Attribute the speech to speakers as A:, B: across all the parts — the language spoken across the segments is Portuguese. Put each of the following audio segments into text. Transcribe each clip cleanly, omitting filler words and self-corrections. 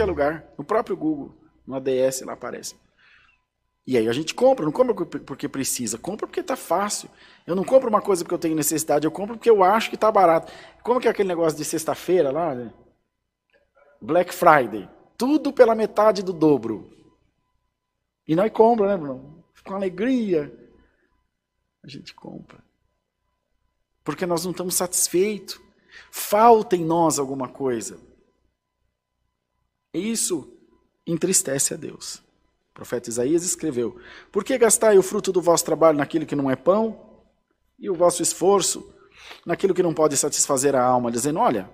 A: lugar, no próprio Google, no ADS lá aparece. E aí a gente compra, não compra porque precisa, compra porque está fácil. Eu não compro uma coisa porque eu tenho necessidade, eu compro porque eu acho que está barato. Como que é aquele negócio de sexta-feira lá, né? Black Friday, tudo pela metade do dobro. E nós compramos, né, Bruno? Com alegria, a gente compra. Porque nós não estamos satisfeitos. Falta em nós alguma coisa. E isso entristece a Deus. O profeta Isaías escreveu: por que gastai o fruto do vosso trabalho naquilo que não é pão, e o vosso esforço naquilo que não pode satisfazer a alma? Dizendo, olha,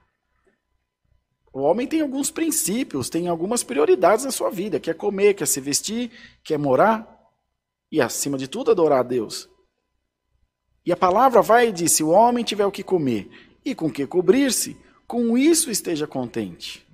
A: o homem tem alguns princípios, tem algumas prioridades na sua vida. Quer comer, quer se vestir, quer morar, e acima de tudo adorar a Deus. E a palavra vai e diz, se o homem tiver o que comer e com o que cobrir-se, com isso esteja contente.